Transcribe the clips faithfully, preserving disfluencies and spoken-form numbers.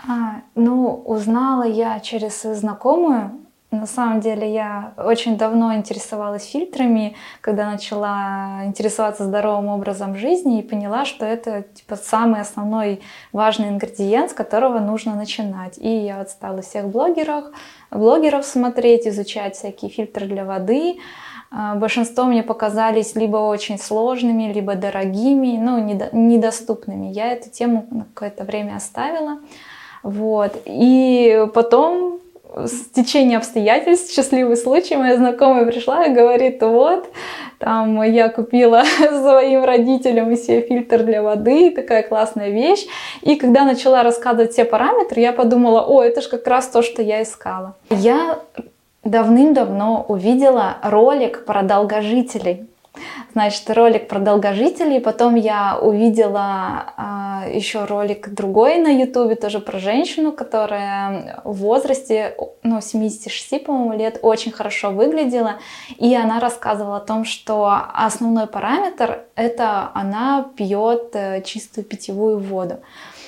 А, ну, узнала я через свою знакомую. На самом деле я очень давно интересовалась фильтрами, когда начала интересоваться здоровым образом жизни и поняла, что это типа самый основной важный ингредиент, с которого нужно начинать. И я вот стала всех блогеров, блогеров смотреть, изучать всякие фильтры для воды. Большинство мне показались либо очень сложными, либо дорогими, ну, недоступными. Я эту тему на какое-то время оставила. Вот. И потом, с течением обстоятельств, счастливый случай, моя знакомая пришла и говорит: вот, там я купила своим родителям себе фильтр для воды, такая классная вещь. И когда начала рассказывать все параметры, я подумала: о, это же как раз то, что я искала. Я давным-давно увидела ролик про долгожителей. Значит, ролик про долгожителей, потом я увидела а, еще ролик другой на ютубе, тоже про женщину, которая в возрасте, ну, семидесяти шести, по-моему, лет, очень хорошо выглядела, и она рассказывала о том, что основной параметр — это она пьет чистую питьевую воду.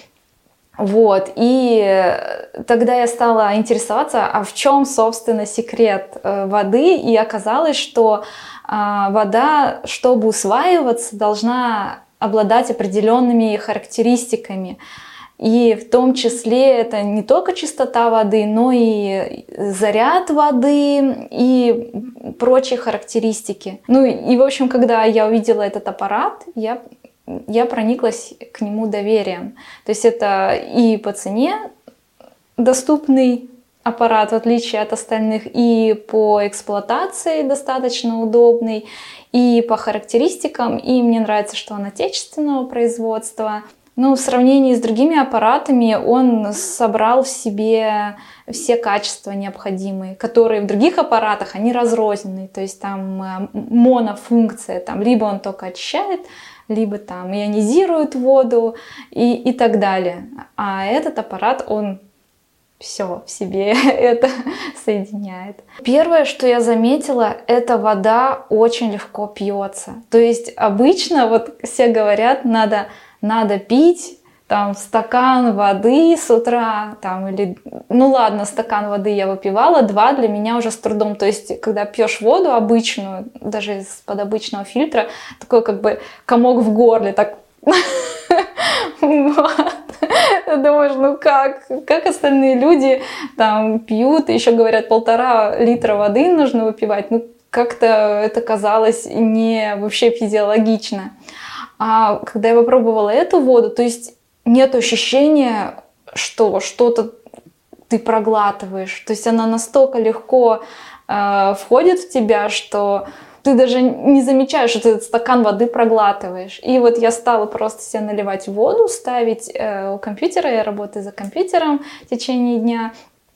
Вот, и тогда я стала интересоваться, а в чем, собственно, секрет воды, и оказалось, что вода, чтобы усваиваться, должна обладать определенными характеристиками. И в том числе это не только чистота воды, но и заряд воды и прочие характеристики. Ну и, в общем, когда я увидела этот аппарат, я... я прониклась к нему доверием. То есть это и по цене доступный аппарат, в отличие от остальных, и по эксплуатации достаточно удобный, и по характеристикам. И мне нравится, что он отечественного производства. Но в сравнении с другими аппаратами он собрал в себе все качества необходимые, которые в других аппаратах, они разрозненные. То есть там монофункция, там либо он только очищает, либо там ионизирует воду и, и так далее. А этот аппарат, он все в себе это соединяет. Первое, что я заметила, это вода очень легко пьется. То есть обычно вот все говорят, надо, надо пить там стакан воды с утра, там, или, ну ладно, стакан воды я выпивала, два для меня уже с трудом. То есть, когда пьешь воду обычную, даже из-под обычного фильтра, такой как бы комок в горле, так думаешь, ну как, как остальные люди там пьют, еще говорят, полтора литра воды нужно выпивать, ну как-то это казалось не вообще физиологично. А когда я попробовала эту воду, то есть нет ощущения, что что-то ты проглатываешь. То есть она настолько легко э, входит в тебя, что ты даже не замечаешь, что ты этот стакан воды проглатываешь. И вот я стала просто себе наливать воду, ставить э, у компьютера. Я работаю за компьютером в течение дня.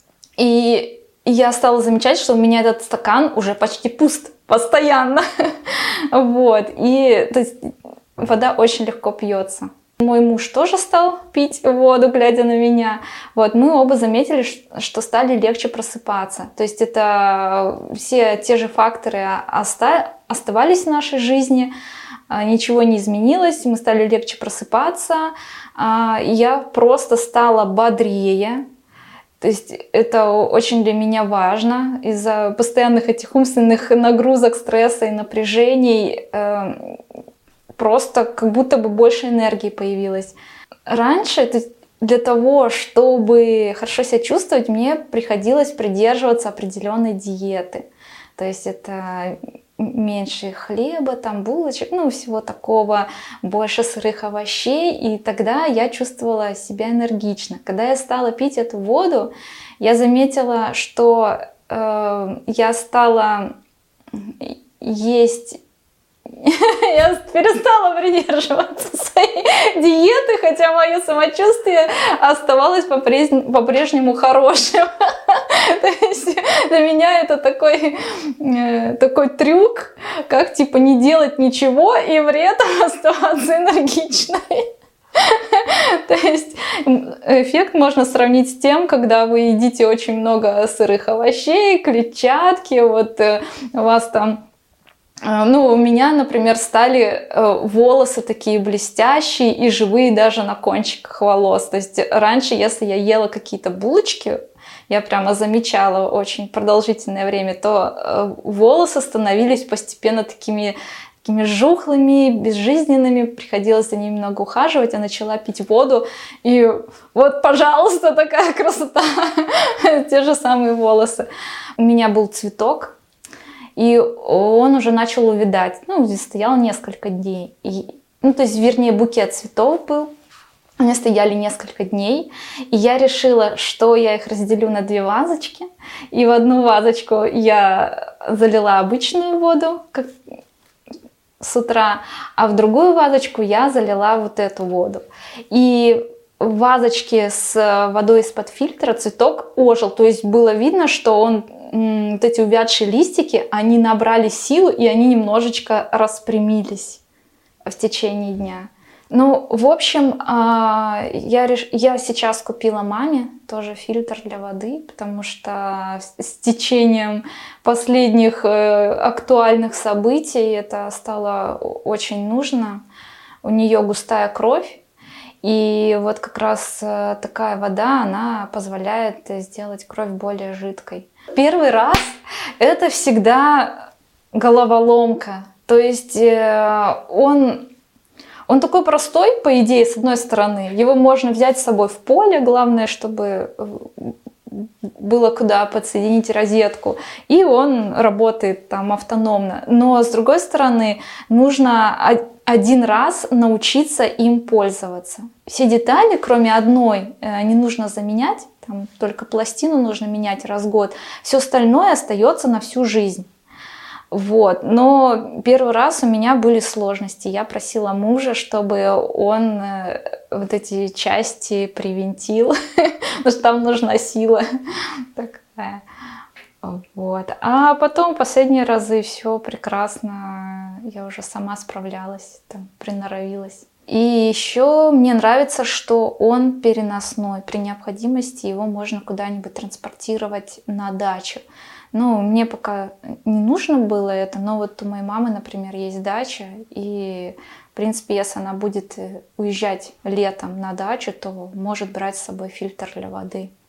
И я стала замечать, что у меня этот стакан уже почти пуст постоянно. Вот. И то есть вода очень легко пьется. Мой муж тоже стал пить воду, глядя на меня. Вот, мы оба заметили, что стали легче просыпаться. То есть это все те же факторы оставались в нашей жизни, ничего не изменилось, мы стали легче просыпаться. Я просто стала бодрее. То есть это очень для меня важно. Из-за постоянных этих умственных нагрузок, стресса и напряжений просто как будто бы больше энергии появилось. Раньше для того, чтобы хорошо себя чувствовать, мне приходилось придерживаться определенной диеты. То есть это меньше хлеба, там булочек, ну всего такого, больше сырых овощей. И тогда я чувствовала себя энергично. Когда я стала пить эту воду, я заметила, что э, я стала есть... Я перестала придерживаться своей диеты, хотя мое самочувствие оставалось по-прежнему хорошим. То есть для меня это такой, такой трюк, как типа не делать ничего и при этом оставаться энергичной. То есть эффект можно сравнить с тем, когда вы едите очень много сырых овощей, клетчатки, вот у вас там Ну, у меня, например, стали волосы такие блестящие и живые даже на кончиках волос. То есть раньше, если я ела какие-то булочки, я прямо замечала очень продолжительное время, то волосы становились постепенно такими, такими жухлыми, безжизненными. Приходилось за ними много ухаживать. Я начала пить воду. И вот, пожалуйста, такая красота. Те же самые волосы. У меня был цветок. И он уже начал увядать. Ну, здесь стоял несколько дней. И, ну, то есть, вернее, букет цветов был. Они стояли несколько дней, и я решила, что я их разделю на две вазочки. И в одну вазочку я залила обычную воду как с утра, а в другую вазочку я залила вот эту воду. И в вазочке с водой из-под фильтра цветок ожил. То есть было видно, что он, вот эти увядшие листики, они набрали силу, и они немножечко распрямились в течение дня. Ну, в общем, я, реш... я сейчас купила маме тоже фильтр для воды, потому что с течением последних актуальных событий это стало очень нужно. У нее густая кровь, и вот как раз такая вода, она позволяет сделать кровь более жидкой. Первый раз это всегда головоломка, то есть он... Он такой простой, по идее, с одной стороны. Его можно взять с собой в поле, главное, чтобы было куда подсоединить розетку. И он работает там автономно. Но с другой стороны, нужно один раз научиться им пользоваться. Все детали, кроме одной, не нужно заменять. Там только пластину нужно менять раз в год. Все остальное остается на всю жизнь. Вот. Но первый раз у меня были сложности. Я просила мужа, чтобы он вот эти части привинтил, потому что там нужна сила такая. Вот. А потом последние разы все прекрасно. Я уже сама справлялась, там, приноровилась. И еще мне нравится, что он переносной. При необходимости его можно куда-нибудь транспортировать на дачу. Ну, мне пока не нужно было это, но вот у моей мамы, например, есть дача, и, в принципе, если она будет уезжать летом на дачу, то может брать с собой фильтр для воды.